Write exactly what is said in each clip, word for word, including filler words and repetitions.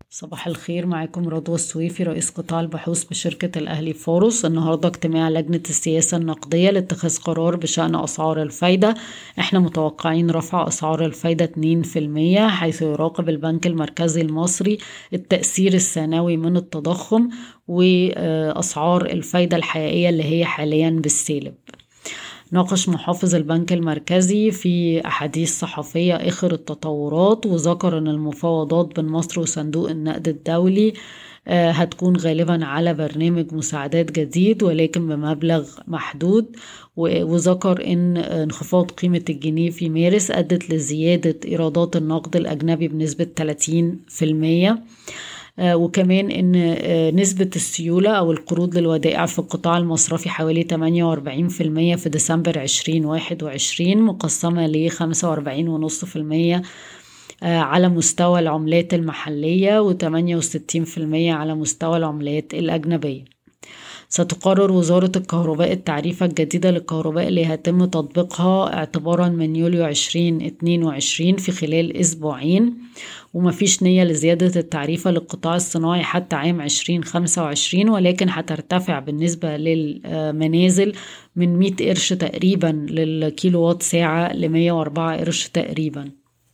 صباح الخير، معاكم رضوى السويفي رئيس قطاع البحوث بشركة الأهلي فورس. النهاردة اجتماع لجنة السياسة النقدية لاتخاذ قرار بشأن أسعار الفايدة. احنا متوقعين رفع أسعار الفايدة اتنين في المية، حيث يراقب البنك المركزي المصري التأثير الثانوي من التضخم وأسعار الفايدة الحقيقية اللي هي حاليا بالسالب. ناقش محافظ البنك المركزي في أحاديث صحفية آخر التطورات، وذكر أن المفاوضات بين مصر وصندوق النقد الدولي هتكون غالبا على برنامج مساعدات جديد ولكن بمبلغ محدود. وذكر أن انخفاض قيمة الجنيه في مارس أدت لزيادة إيرادات النقد الأجنبي بنسبة ثلاثين في المية. وكمان ان نسبة السيولة او القروض للودائع في القطاع المصرفي حوالي ثمانية وأربعين في المية في ديسمبر عشرين واحد وعشرين، مقسمة ل خمسة وأربعين فاصلة خمسة في المية على مستوى العملات المحلية وثمانية وستين في المية على مستوى العملات الأجنبية. ستقرر وزارة الكهرباء التعريفة الجديدة للكهرباء اللي هيتم تطبيقها اعتبارا من يوليو عشرين اتنين وعشرين في خلال أسبوعين، ومفيش نية لزيادة التعريفة للقطاع الصناعي حتى عام عشرين خمسة وعشرين، ولكن هترتفع بالنسبة للمنازل من مئة قرش تقريبا للكيلووات ساعة ل مئة وأربعة قرش تقريبا.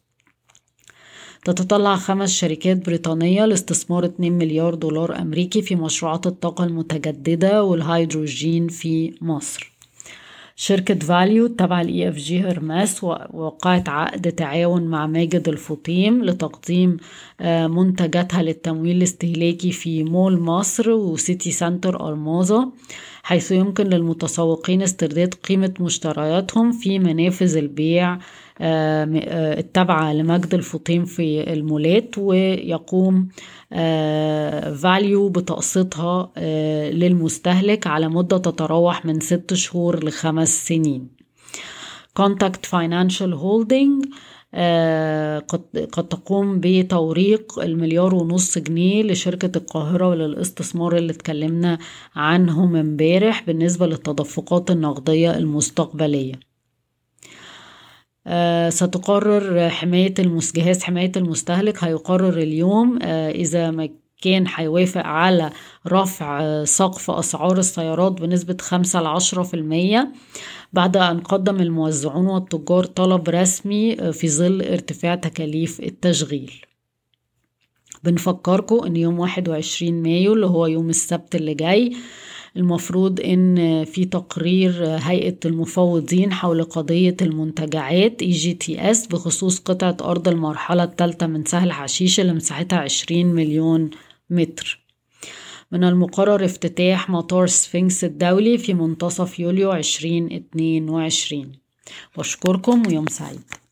تتطلع خمس شركات بريطانية لاستثمار اتنين مليار دولار أمريكي في مشروعات الطاقة المتجددة والهيدروجين في مصر. شركة فاليو تبع الاي اف جي هرماس وقعت عقد تعاون مع ماجد الفطيم لتقديم منتجاتها للتمويل الاستهلاكي في مول مصر وسيتي سنتر ألماظة، حيث يمكن للمتسوقين استرداد قيمة مشترياتهم في منافذ البيع التابعة لمجد الفطيم في المولات، ويقوم فاليو بتقسيطها للمستهلك على مدة تتراوح من ست شهور لخمس سنين. كونتاكت فاينانشال هولدينج قد قد تقوم بتوريق المليار ونص جنيه لشركة القاهرة للاستثمار اللي اتكلمنا عنهم امبارح بالنسبة للتدفقات النقدية المستقبلية. آه ستقرر حماية المس... جهاز حماية المستهلك هيقرر اليوم آه إذا ما كان هيوافق على رفع آه سقف أسعار السيارات بنسبة خمسة لعشرة في المية بعد أن قدم الموزعون والتجار طلب رسمي آه في ظل ارتفاع تكاليف التشغيل. بنفكركم أن يوم واحد وعشرين مايو اللي هو يوم السبت اللي جاي المفروض ان في تقرير هيئة المفوضين حول قضية المنتجعات اي جي تي اس بخصوص قطعة ارض المرحلة الثالثة من سهل حشيش اللي مساحتها عشرين مليون متر. من المقرر افتتاح مطار سفنكس الدولي في منتصف يوليو عشرين اتنين وعشرين. بشكركم ويوم سعيد.